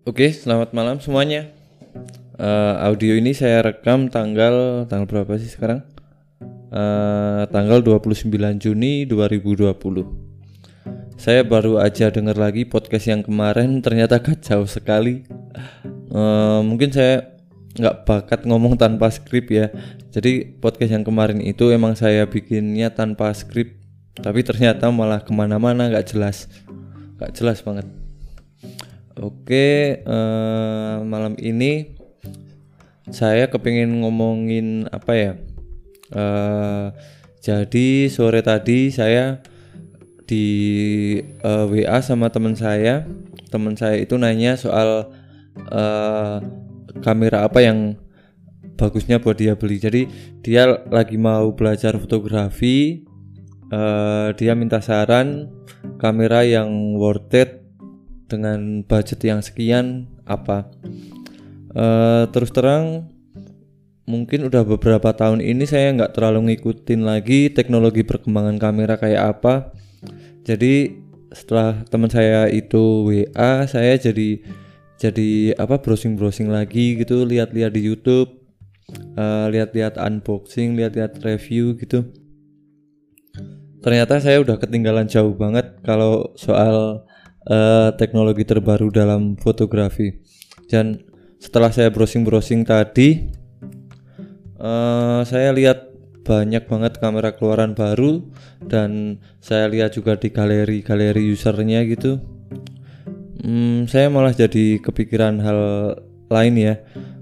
Oke, selamat malam semuanya. Audio ini saya rekam tanggal berapa sih sekarang? Tanggal 29 Juni 2020. Saya baru aja dengar lagi podcast yang kemarin, ternyata kacau sekali. Mungkin saya nggak bakat ngomong tanpa skrip ya. Jadi podcast yang kemarin itu emang saya bikinnya tanpa skrip, tapi ternyata malah kemana-mana, nggak jelas banget. Oke, malam ini saya kepingin ngomongin apa ya? Jadi sore tadi saya di WA sama teman saya. Teman saya itu nanya soal kamera apa yang bagusnya buat dia beli. Jadi dia lagi mau belajar fotografi. Dia minta saran kamera yang worth it dengan budget yang sekian apa. Terus terang mungkin udah beberapa tahun ini saya nggak terlalu ngikutin lagi teknologi perkembangan kamera kayak apa. Jadi setelah teman saya itu WA, saya jadi browsing lagi gitu, lihat-lihat di YouTube, lihat-lihat unboxing, lihat-lihat review gitu. Ternyata saya udah ketinggalan jauh banget kalau soal teknologi terbaru dalam fotografi. Dan setelah saya browsing tadi, saya lihat banyak banget kamera keluaran baru, dan saya lihat juga di galeri usernya gitu. Saya malah jadi kepikiran hal lain ya.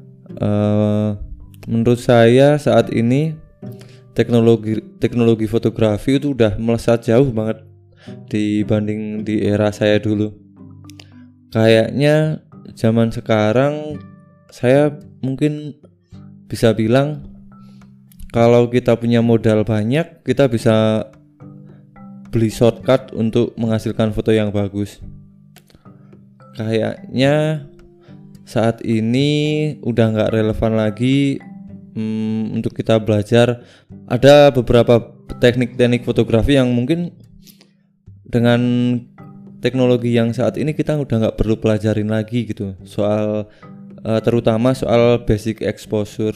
Menurut saya saat ini teknologi fotografi itu udah melesat jauh banget dibanding di era saya dulu. Kayaknya zaman sekarang saya mungkin bisa bilang kalau kita punya modal banyak, kita bisa beli shortcut untuk menghasilkan foto yang bagus. Kayaknya saat ini udah nggak relevan lagi untuk kita belajar. Ada beberapa teknik fotografi yang mungkin dengan teknologi yang saat ini kita udah nggak perlu pelajarin lagi gitu, soal terutama soal basic exposure.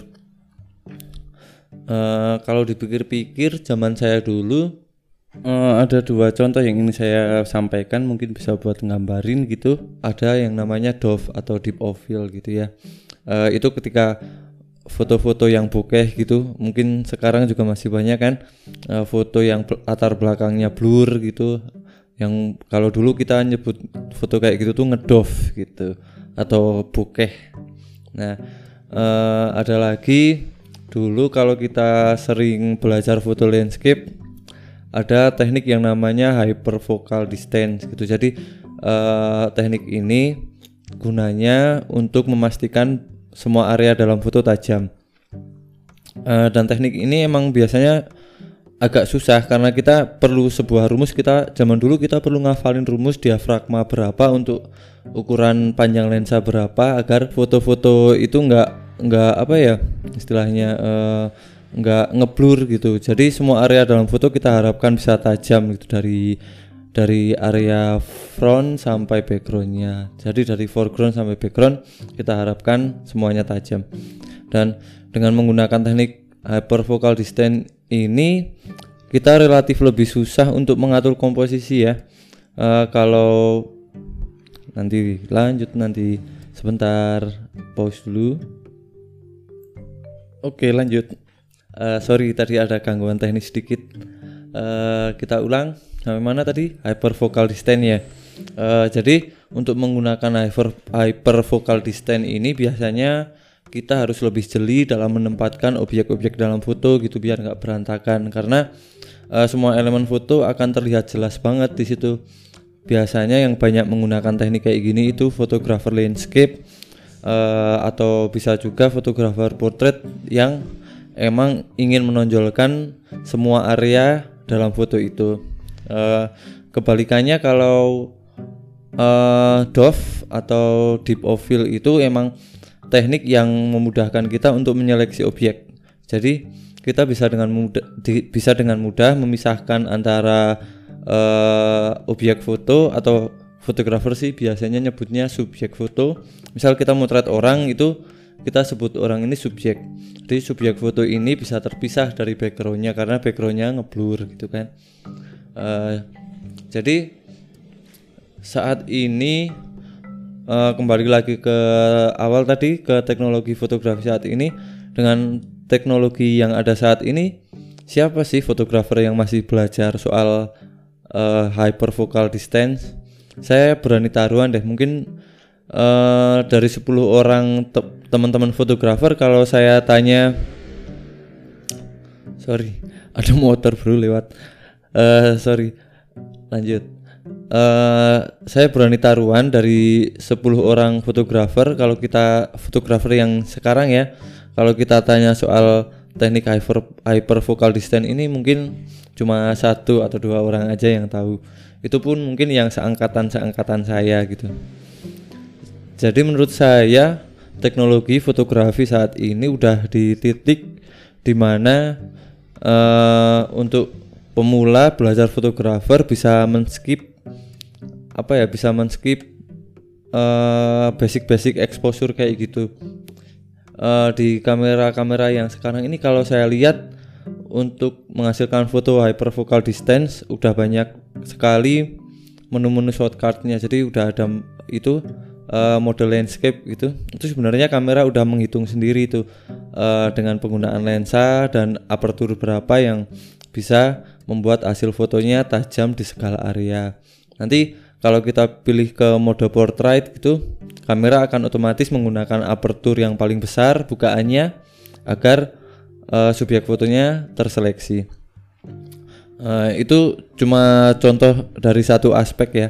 Kalau dipikir-pikir zaman saya dulu, ada dua contoh yang ingin saya sampaikan, mungkin bisa buat nggambarin gitu. Ada yang namanya DOF atau deep of field gitu ya. Itu ketika foto-foto yang bokeh gitu, mungkin sekarang juga masih banyak kan, foto yang latar belakangnya blur gitu, yang kalau dulu kita nyebut foto kayak gitu tuh ngedof gitu atau bokeh. Nah, ada lagi dulu kalau kita sering belajar foto landscape, ada teknik yang namanya hyperfocal distance gitu. Jadi teknik ini gunanya untuk memastikan semua area dalam foto tajam. Dan teknik ini emang biasanya agak susah karena kita perlu sebuah rumus. Kita zaman dulu kita perlu ngafalin rumus diafragma berapa untuk ukuran panjang lensa berapa agar foto-foto itu nggak apa ya istilahnya, nggak ngeblur gitu. Jadi semua area dalam foto kita harapkan bisa tajam gitu, dari area front sampai backgroundnya. Jadi dari foreground sampai background kita harapkan semuanya tajam. Dan dengan menggunakan teknik hyperfocal distance ini, kita relatif lebih susah untuk mengatur komposisi ya. Kalau nanti lanjut, nanti sebentar pause dulu. Oke, lanjut. Sorry tadi ada gangguan teknis sedikit. Kita ulang. Sampai mana tadi? Hyperfocal distance ya. Jadi untuk menggunakan hyperfocal distance ini biasanya kita harus lebih jeli dalam menempatkan objek-objek dalam foto gitu, biar nggak berantakan, karena semua elemen foto akan terlihat jelas banget di situ. Biasanya yang banyak menggunakan teknik kayak gini itu fotografer landscape, atau bisa juga fotografer portrait yang emang ingin menonjolkan semua area dalam foto itu. Kebalikannya kalau DOF atau deep of field itu emang teknik yang memudahkan kita untuk menyeleksi objek. Jadi kita bisa dengan mudah memisahkan antara objek foto atau fotografer sih biasanya nyebutnya subjek foto. Misal kita motret orang itu kita sebut orang ini subjek. Jadi subjek foto ini bisa terpisah dari backgroundnya karena backgroundnya ngeblur gitu kan. Jadi saat ini kembali lagi ke awal tadi, ke teknologi fotografi saat ini. Dengan teknologi yang ada saat ini, siapa sih fotografer yang masih belajar soal hyperfocal distance? Saya berani taruhan deh, mungkin dari 10 orang teman-teman fotografer, kalau saya tanya, sorry ada motor bro lewat, sorry lanjut. Saya berani taruhan dari 10 orang fotografer, kalau kita fotografer yang sekarang ya, kalau kita tanya soal teknik hyperfocal distance ini mungkin cuma 1 atau 2 orang aja yang tahu. Itu pun mungkin yang seangkatan saya gitu. Jadi menurut saya teknologi fotografi saat ini udah di titik dimana untuk pemula belajar fotografer bisa men-skip basic exposure kayak gitu. Di kamera-kamera yang sekarang ini kalau saya lihat untuk menghasilkan foto hyperfocal distance udah banyak sekali menu-menu shortcutnya. Jadi udah ada itu mode landscape gitu. Itu sebenarnya kamera udah menghitung sendiri itu dengan penggunaan lensa dan aperture berapa yang bisa membuat hasil fotonya tajam di segala area. Nanti kalau kita pilih ke mode portrait gitu, kamera akan otomatis menggunakan aperture yang paling besar bukaannya agar subjek fotonya terseleksi. Itu cuma contoh dari satu aspek ya.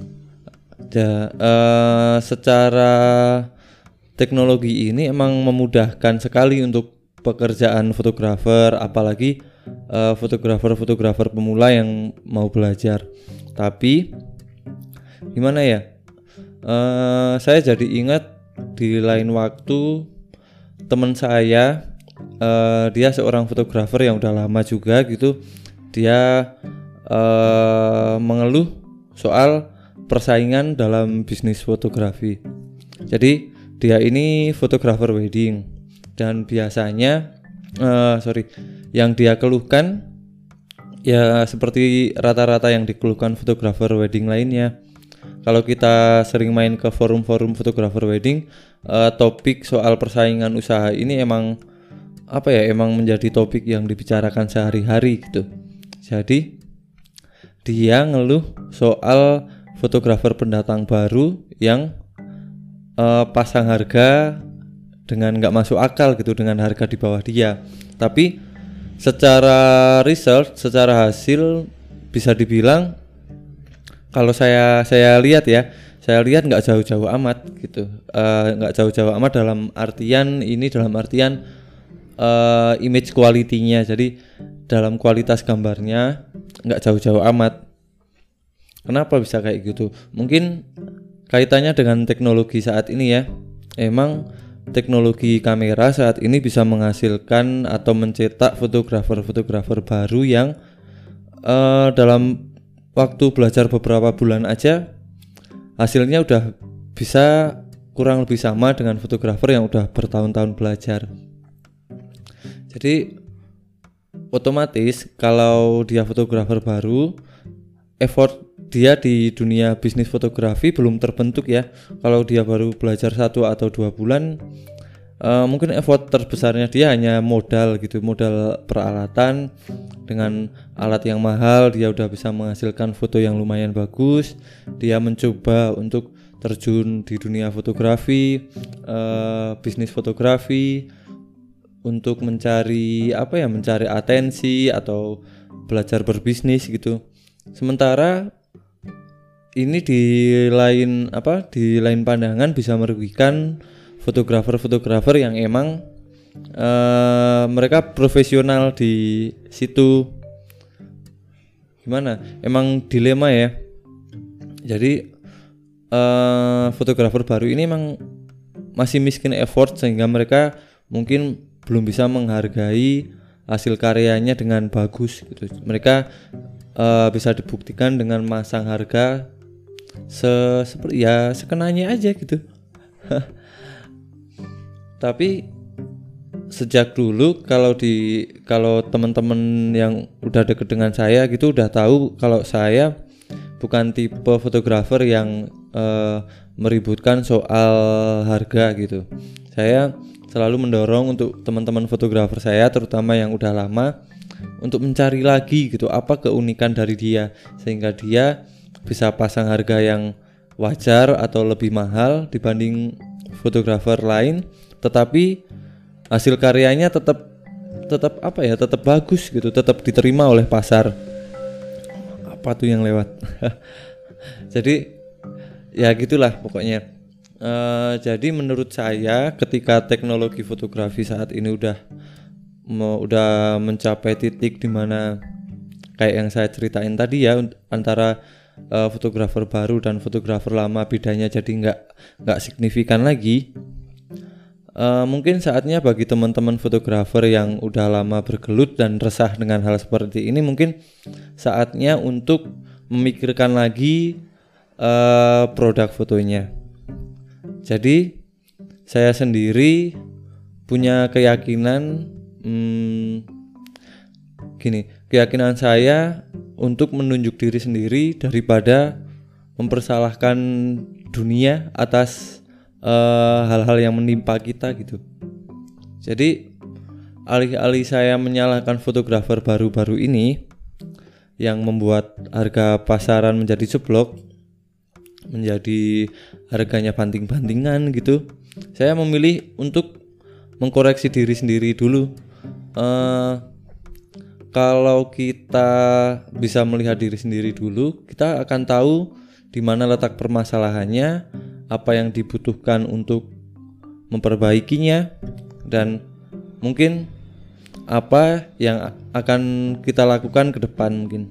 Secara teknologi ini emang memudahkan sekali untuk pekerjaan fotografer, apalagi fotografer pemula yang mau belajar. Tapi gimana ya? Saya jadi ingat di lain waktu teman saya, dia seorang fotografer yang udah lama juga gitu. Dia mengeluh soal persaingan dalam bisnis fotografi. Jadi dia ini fotografer wedding dan biasanya yang dia keluhkan ya seperti rata-rata yang dikeluhkan fotografer wedding lainnya. Kalau kita sering main ke forum-forum fotografer wedding, topik soal persaingan usaha ini emang menjadi topik yang dibicarakan sehari-hari gitu. Jadi dia ngeluh soal fotografer pendatang baru yang pasang harga dengan nggak masuk akal gitu, dengan harga di bawah dia. Tapi secara result, secara hasil bisa dibilang kalau saya lihat nggak jauh-jauh amat gitu, nggak jauh-jauh amat dalam artian image quality-nya. Jadi dalam kualitas gambarnya nggak jauh-jauh amat. Kenapa bisa kayak gitu? Mungkin kaitannya dengan teknologi saat ini ya. Emang teknologi kamera saat ini bisa menghasilkan atau mencetak fotografer baru yang dalam waktu belajar beberapa bulan aja hasilnya udah bisa kurang lebih sama dengan fotografer yang udah bertahun-tahun belajar. Jadi otomatis kalau dia fotografer baru, effort dia di dunia bisnis fotografi belum terbentuk ya. Kalau dia baru belajar 1 atau 2 bulan, mungkin effort terbesarnya dia hanya modal peralatan. Dengan alat yang mahal dia udah bisa menghasilkan foto yang lumayan bagus. Dia mencoba untuk terjun di dunia fotografi, bisnis fotografi, untuk mencari atensi atau belajar berbisnis gitu. Sementara ini di lain pandangan bisa merugikan fotografer yang emang mereka profesional di situ. Gimana? Emang dilema ya. Jadi fotografer baru ini emang masih miskin effort sehingga mereka mungkin belum bisa menghargai hasil karyanya dengan bagus gitu. Mereka bisa dibuktikan dengan masang harga seperti ya sekenanya aja gitu. Tapi sejak dulu kalau teman-teman yang udah deket dengan saya gitu udah tahu kalau saya bukan tipe fotografer yang meributkan soal harga gitu. Saya selalu mendorong untuk teman-teman fotografer saya terutama yang udah lama untuk mencari lagi gitu apa keunikan dari dia sehingga dia bisa pasang harga yang wajar atau lebih mahal dibanding fotografer lain, tetapi hasil karyanya tetap tetap bagus gitu, tetap diterima oleh pasar. Apa tuh yang lewat? Jadi ya gitulah pokoknya. Jadi menurut saya ketika teknologi fotografi saat ini udah mencapai titik dimana kayak yang saya ceritain tadi ya, antara fotografer baru dan fotografer lama bedanya jadi nggak signifikan lagi. Mungkin saatnya bagi teman-teman fotografer yang udah lama bergelut dan resah dengan hal seperti ini, mungkin saatnya untuk memikirkan lagi produk fotonya. Jadi saya sendiri punya keyakinan keyakinan saya untuk menunjuk diri sendiri daripada mempersalahkan dunia atas hal-hal yang menimpa kita gitu. Jadi alih-alih saya menyalahkan fotografer baru-baru ini yang membuat harga pasaran menjadi jeblok, menjadi harganya banting-bantingan gitu, saya memilih untuk mengkoreksi diri sendiri dulu. Kalau kita bisa melihat diri sendiri dulu, kita akan tahu di mana letak permasalahannya, apa yang dibutuhkan untuk memperbaikinya, dan mungkin apa yang akan kita lakukan ke depan mungkin.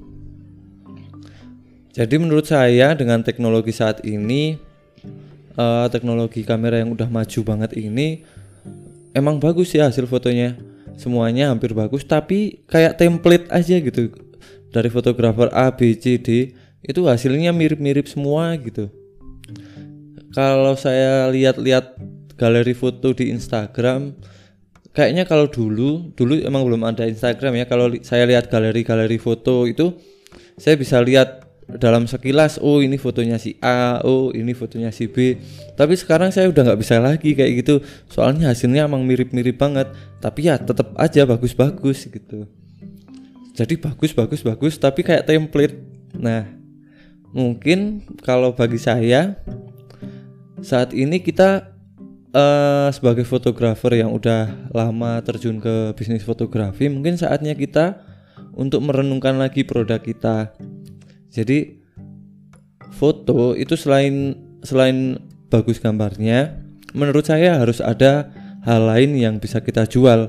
Jadi menurut saya dengan teknologi saat ini, teknologi kamera yang udah maju banget ini, emang bagus ya hasil fotonya. Semuanya hampir bagus, tapi kayak template aja gitu. Dari fotografer A, B, C, D, itu hasilnya mirip-mirip semua gitu. Kalau saya lihat-lihat galeri foto di Instagram, kayaknya kalau dulu emang belum ada Instagram ya. Kalau saya lihat galeri foto itu, saya bisa lihat dalam sekilas, oh ini fotonya si A, oh ini fotonya si B. Tapi sekarang saya udah nggak bisa lagi kayak gitu, soalnya hasilnya emang mirip-mirip banget. Tapi ya tetap aja bagus-bagus gitu. Jadi bagus, tapi kayak template. Nah, mungkin kalau bagi saya saat ini kita sebagai fotografer yang udah lama terjun ke bisnis fotografi, mungkin saatnya kita untuk merenungkan lagi produk kita. Jadi foto itu selain bagus gambarnya, menurut saya harus ada hal lain yang bisa kita jual.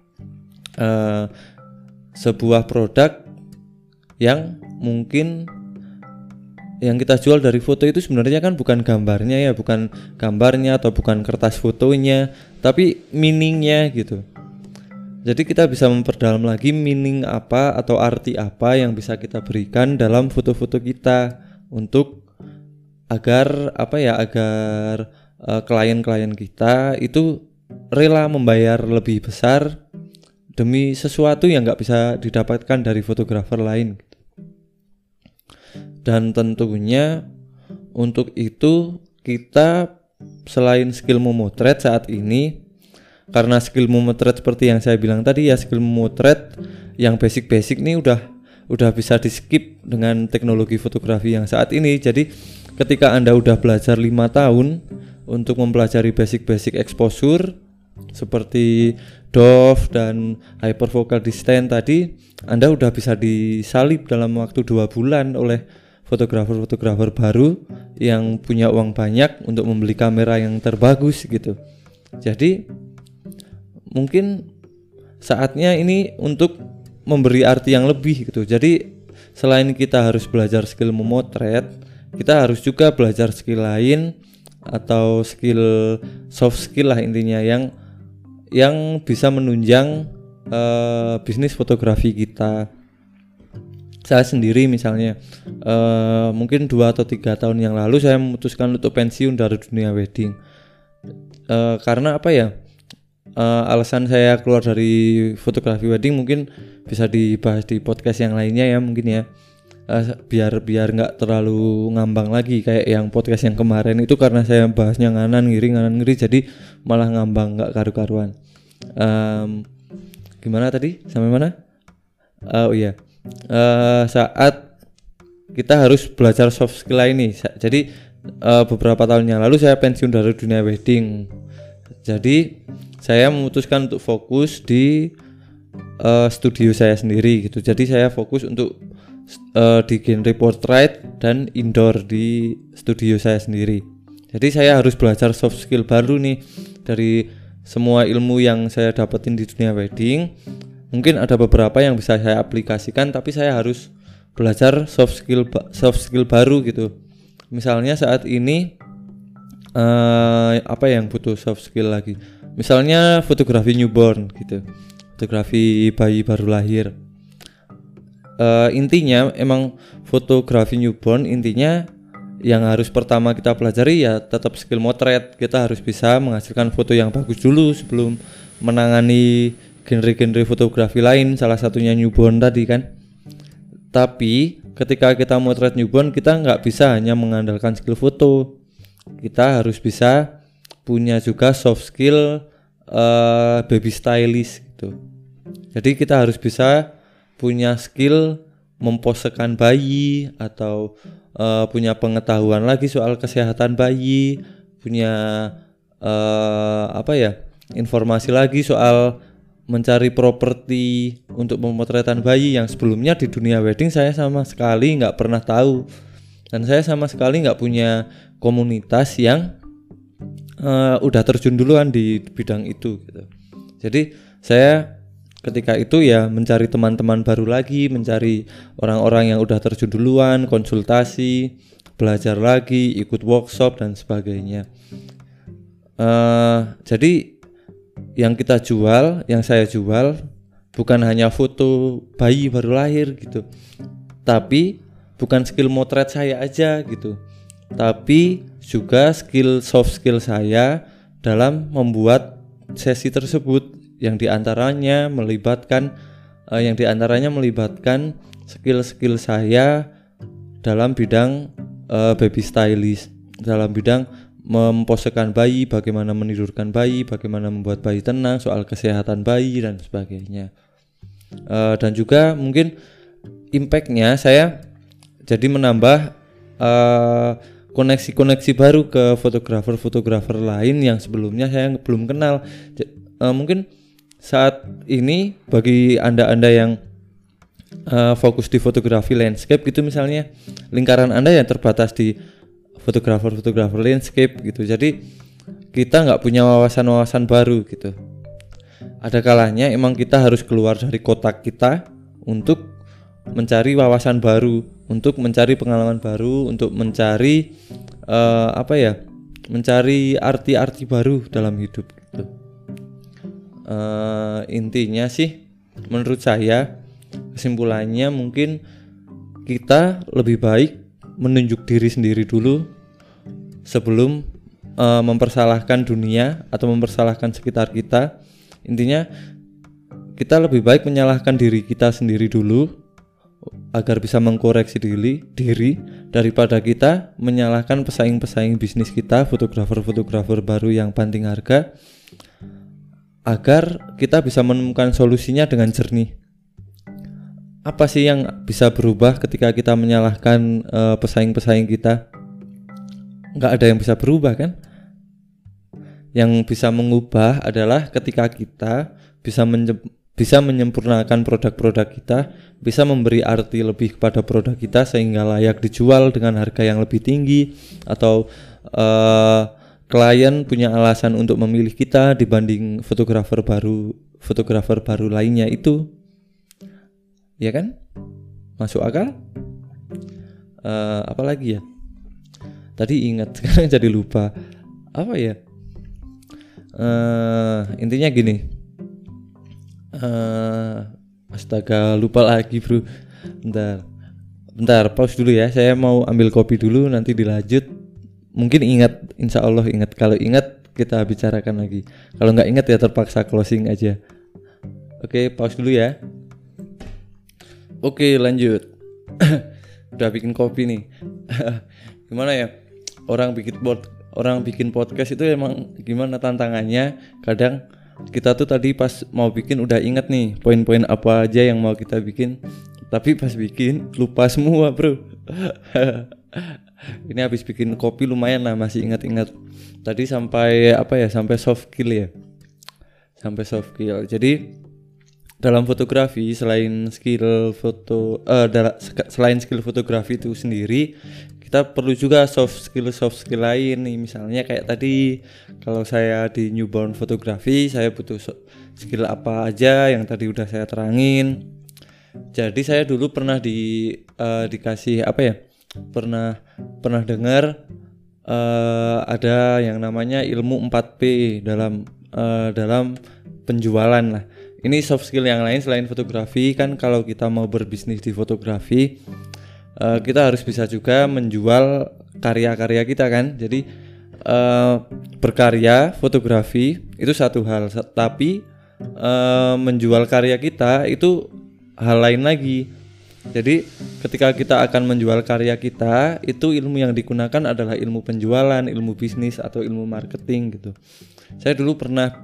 Sebuah produk yang mungkin yang kita jual dari foto itu sebenarnya kan bukan gambarnya ya, bukan gambarnya atau bukan kertas fotonya, tapi meaningnya gitu. Jadi kita bisa memperdalam lagi meaning apa atau arti apa yang bisa kita berikan dalam foto-foto kita untuk agar klien-klien kita itu rela membayar lebih besar demi sesuatu yang nggak bisa didapatkan dari fotografer lain. Dan tentunya untuk itu kita selain skill memotret saat ini, karena skill memotret seperti yang saya bilang tadi ya, skill memotret yang basic-basic nih udah bisa di skip dengan teknologi fotografi yang saat ini. Jadi ketika Anda udah belajar 5 tahun untuk mempelajari basic-basic exposure seperti DOF dan hyperfocal distance tadi, Anda udah bisa disalib dalam waktu 2 bulan oleh fotografer-fotografer baru yang punya uang banyak untuk membeli kamera yang terbagus gitu. Jadi mungkin saatnya ini untuk memberi arti yang lebih gitu. Jadi selain kita harus belajar skill memotret, kita harus juga belajar skill lain atau skill soft skill lah intinya yang bisa menunjang bisnis fotografi kita. saya sendiri misalnya mungkin 2 atau 3 tahun yang lalu saya memutuskan untuk pensiun dari dunia wedding. Karena apa ya, alasan saya keluar dari fotografi wedding mungkin bisa dibahas di podcast yang lainnya ya mungkin ya. Biar nggak terlalu ngambang lagi kayak yang podcast yang kemarin itu, karena saya bahasnya nganan ngiri jadi malah ngambang nggak karu-karuan. Gimana tadi sampai mana? Oh iya, saat kita harus belajar soft skill ini. Jadi beberapa tahun yang lalu saya pensiun dari dunia wedding, jadi saya memutuskan untuk fokus di studio saya sendiri gitu. Jadi saya fokus untuk di genre portrait dan indoor di studio saya sendiri. Jadi saya harus belajar soft skill baru nih dari semua ilmu yang saya dapetin di dunia wedding. Mungkin ada beberapa yang bisa saya aplikasikan, tapi saya harus belajar soft skill baru gitu. Misalnya saat ini apa yang butuh soft skill lagi? Misalnya fotografi newborn gitu, fotografi bayi baru lahir. Intinya emang fotografi newborn, intinya yang harus pertama kita pelajari ya tetap skill motret. Kita harus bisa menghasilkan foto yang bagus dulu sebelum menangani genre-genre fotografi lain, salah satunya newborn tadi kan. Tapi ketika kita motret newborn, kita nggak bisa hanya mengandalkan skill foto, kita harus bisa punya juga soft skill baby stylist gitu. Jadi kita harus bisa punya skill memposekan bayi, atau punya pengetahuan lagi soal kesehatan bayi, punya informasi lagi soal mencari properti untuk pemotretan bayi yang sebelumnya di dunia wedding saya sama sekali nggak pernah tahu, dan saya sama sekali nggak punya komunitas yang udah terjun duluan di bidang itu gitu. Jadi saya ketika itu ya mencari teman-teman baru lagi, mencari orang-orang yang udah terjun duluan, konsultasi, belajar lagi, ikut workshop dan sebagainya. Jadi yang saya jual bukan hanya foto bayi baru lahir gitu, tapi bukan skill motret saya aja gitu, tapi juga soft skill saya dalam membuat sesi tersebut, yang diantaranya melibatkan skill saya dalam bidang baby stylist, dalam bidang memposekan bayi, bagaimana menidurkan bayi, bagaimana membuat bayi tenang, soal kesehatan bayi dan sebagainya. Dan juga mungkin impactnya saya jadi menambah koneksi-koneksi baru ke fotografer lain yang sebelumnya saya belum kenal. Mungkin saat ini bagi anda yang fokus di fotografi landscape gitu misalnya, lingkaran anda yang terbatas di fotografer landscape gitu, jadi kita nggak punya wawasan baru gitu. Ada kalanya emang kita harus keluar dari kotak kita untuk mencari wawasan baru, untuk mencari pengalaman baru, untuk mencari mencari arti-arti baru dalam hidup gitu. Intinya sih menurut saya, kesimpulannya mungkin kita lebih baik menunjuk diri sendiri dulu sebelum mempersalahkan dunia atau mempersalahkan sekitar kita. Intinya kita lebih baik menyalahkan diri kita sendiri dulu agar bisa mengkoreksi diri daripada kita menyalahkan pesaing-pesaing bisnis kita, fotografer baru yang banting harga, agar kita bisa menemukan solusinya dengan jernih. Apa sih yang bisa berubah ketika kita menyalahkan pesaing-pesaing kita? Nggak ada yang bisa berubah kan? Yang bisa mengubah adalah ketika kita bisa menyempurnakan produk-produk kita, bisa memberi arti lebih kepada produk kita sehingga layak dijual dengan harga yang lebih tinggi, atau klien punya alasan untuk memilih kita dibanding fotografer baru lainnya itu. Ya kan? Masuk akal? Apa lagi ya? Tadi ingat, sekarang jadi lupa. Apa ya? Intinya gini. Astaga, lupa lagi bro. Bentar. bentar, pause dulu ya. Saya mau ambil kopi dulu, nanti dilanjut. Mungkin ingat, insya Allah ingat. Kalau ingat kita bicarakan lagi. Kalau nggak ingat ya terpaksa closing aja. Oke, pause dulu ya. Oke, lanjut. Udah bikin kopi nih. Gimana ya? Orang bikin podcast itu emang gimana tantangannya? Kadang kita tuh tadi pas mau bikin udah ingat nih poin-poin apa aja yang mau kita bikin, tapi pas bikin lupa semua, bro. Ini habis bikin kopi lumayan lah, masih ingat-ingat. Tadi sampai apa ya? Sampai soft skill ya. Sampai soft skill. Jadi dalam fotografi selain skill selain skill fotografi itu sendiri, kita perlu juga soft skill lain nih. Misalnya kayak tadi kalau saya di newborn fotografi, saya butuh skill apa aja yang tadi udah saya terangin. Jadi saya dulu pernah dikasih apa ya? Pernah dengar ada yang namanya ilmu 4P dalam penjualan lah. Ini soft skill yang lain selain fotografi. Kan kalau kita mau berbisnis di fotografi, kita harus bisa juga menjual karya-karya kita kan. Jadi berkarya fotografi itu satu hal, tapi menjual karya kita itu hal lain lagi. Jadi ketika kita akan menjual karya kita, itu ilmu yang digunakan adalah ilmu penjualan, ilmu bisnis atau ilmu marketing gitu. Saya dulu pernah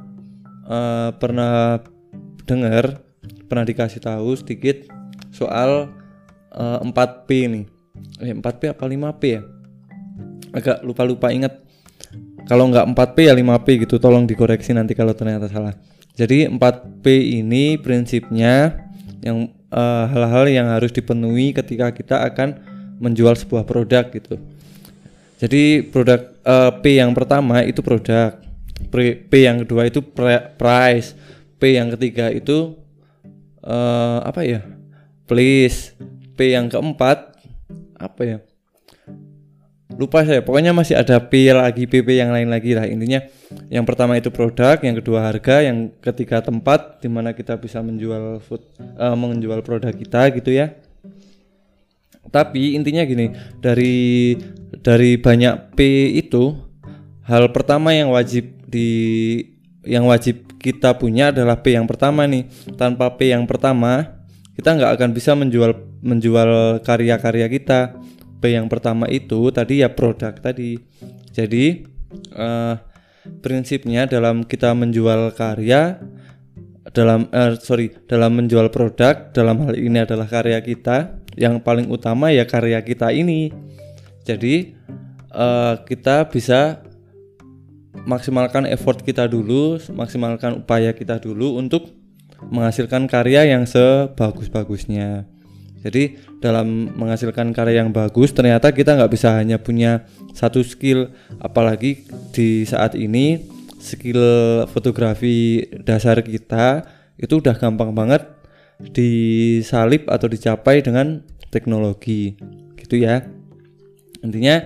dikasih tahu sedikit soal 4P nih. 4P apa 5P ya? Agak lupa ingat. Kalau nggak 4P ya 5P gitu. Tolong dikoreksi nanti kalau ternyata salah. Jadi 4P ini prinsipnya yang hal-hal yang harus dipenuhi ketika kita akan menjual sebuah produk gitu. Jadi produk P yang pertama itu produk, P yang kedua itu price, P yang ketiga itu apa ya? Please. P yang keempat apa ya? Lupa saya. Pokoknya masih ada P lagi, PP yang lain lagi lah. Intinya yang pertama itu produk, yang kedua harga, yang ketiga tempat di mana kita bisa menjual produk kita gitu ya. Tapi intinya gini, dari banyak P itu, hal pertama yang wajib kita punya adalah P yang pertama nih. Tanpa P yang pertama, kita nggak akan bisa menjual karya-karya kita. P yang pertama itu tadi ya produk tadi. Jadi prinsipnya dalam kita menjual karya, dalam menjual produk, dalam hal ini adalah karya kita, yang paling utama ya karya kita ini. Jadi kita bisa maksimalkan effort kita dulu, maksimalkan upaya kita dulu untuk menghasilkan karya yang sebagus-bagusnya. Jadi dalam menghasilkan karya yang bagus, ternyata kita nggak bisa hanya punya satu skill, apalagi di saat ini skill fotografi dasar kita itu udah gampang banget disalip atau dicapai dengan teknologi, gitu ya. Intinya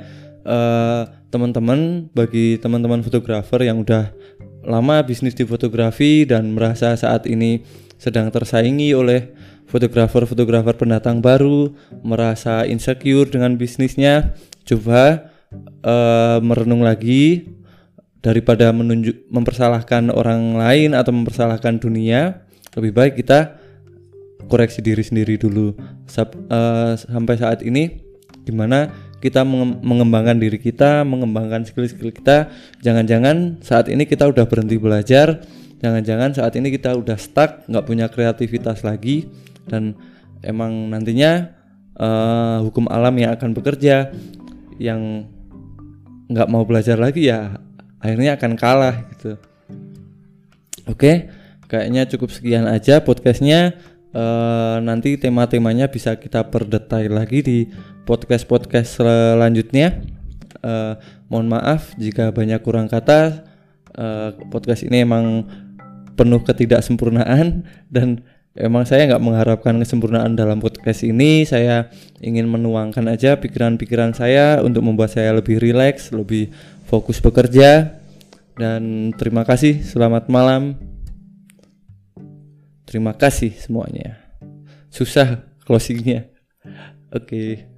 bagi teman-teman fotografer yang udah lama bisnis di fotografi dan merasa saat ini sedang tersaingi oleh fotografer pendatang baru, merasa insecure dengan bisnisnya, coba merenung lagi. Daripada mempersalahkan orang lain atau mempersalahkan dunia, lebih baik kita koreksi diri sendiri dulu. Sampai saat ini gimana kita mengembangkan diri kita, mengembangkan skill-skill kita. Jangan-jangan saat ini kita udah berhenti belajar, jangan-jangan saat ini kita udah stuck, nggak punya kreativitas lagi, dan emang nantinya hukum alam yang akan bekerja. Yang nggak mau belajar lagi ya akhirnya akan kalah gitu. Oke, kayaknya cukup sekian aja podcastnya. Nanti tema-temanya bisa kita perdetail lagi di podcast selanjutnya. Mohon maaf jika banyak kurang kata. Podcast ini emang penuh ketidaksempurnaan dan emang saya nggak mengharapkan kesempurnaan dalam podcast ini. Saya ingin menuangkan aja pikiran-pikiran saya untuk membuat saya lebih rileks, lebih fokus bekerja. Dan terima kasih, selamat malam. Terima kasih semuanya. Susah closingnya. Oke.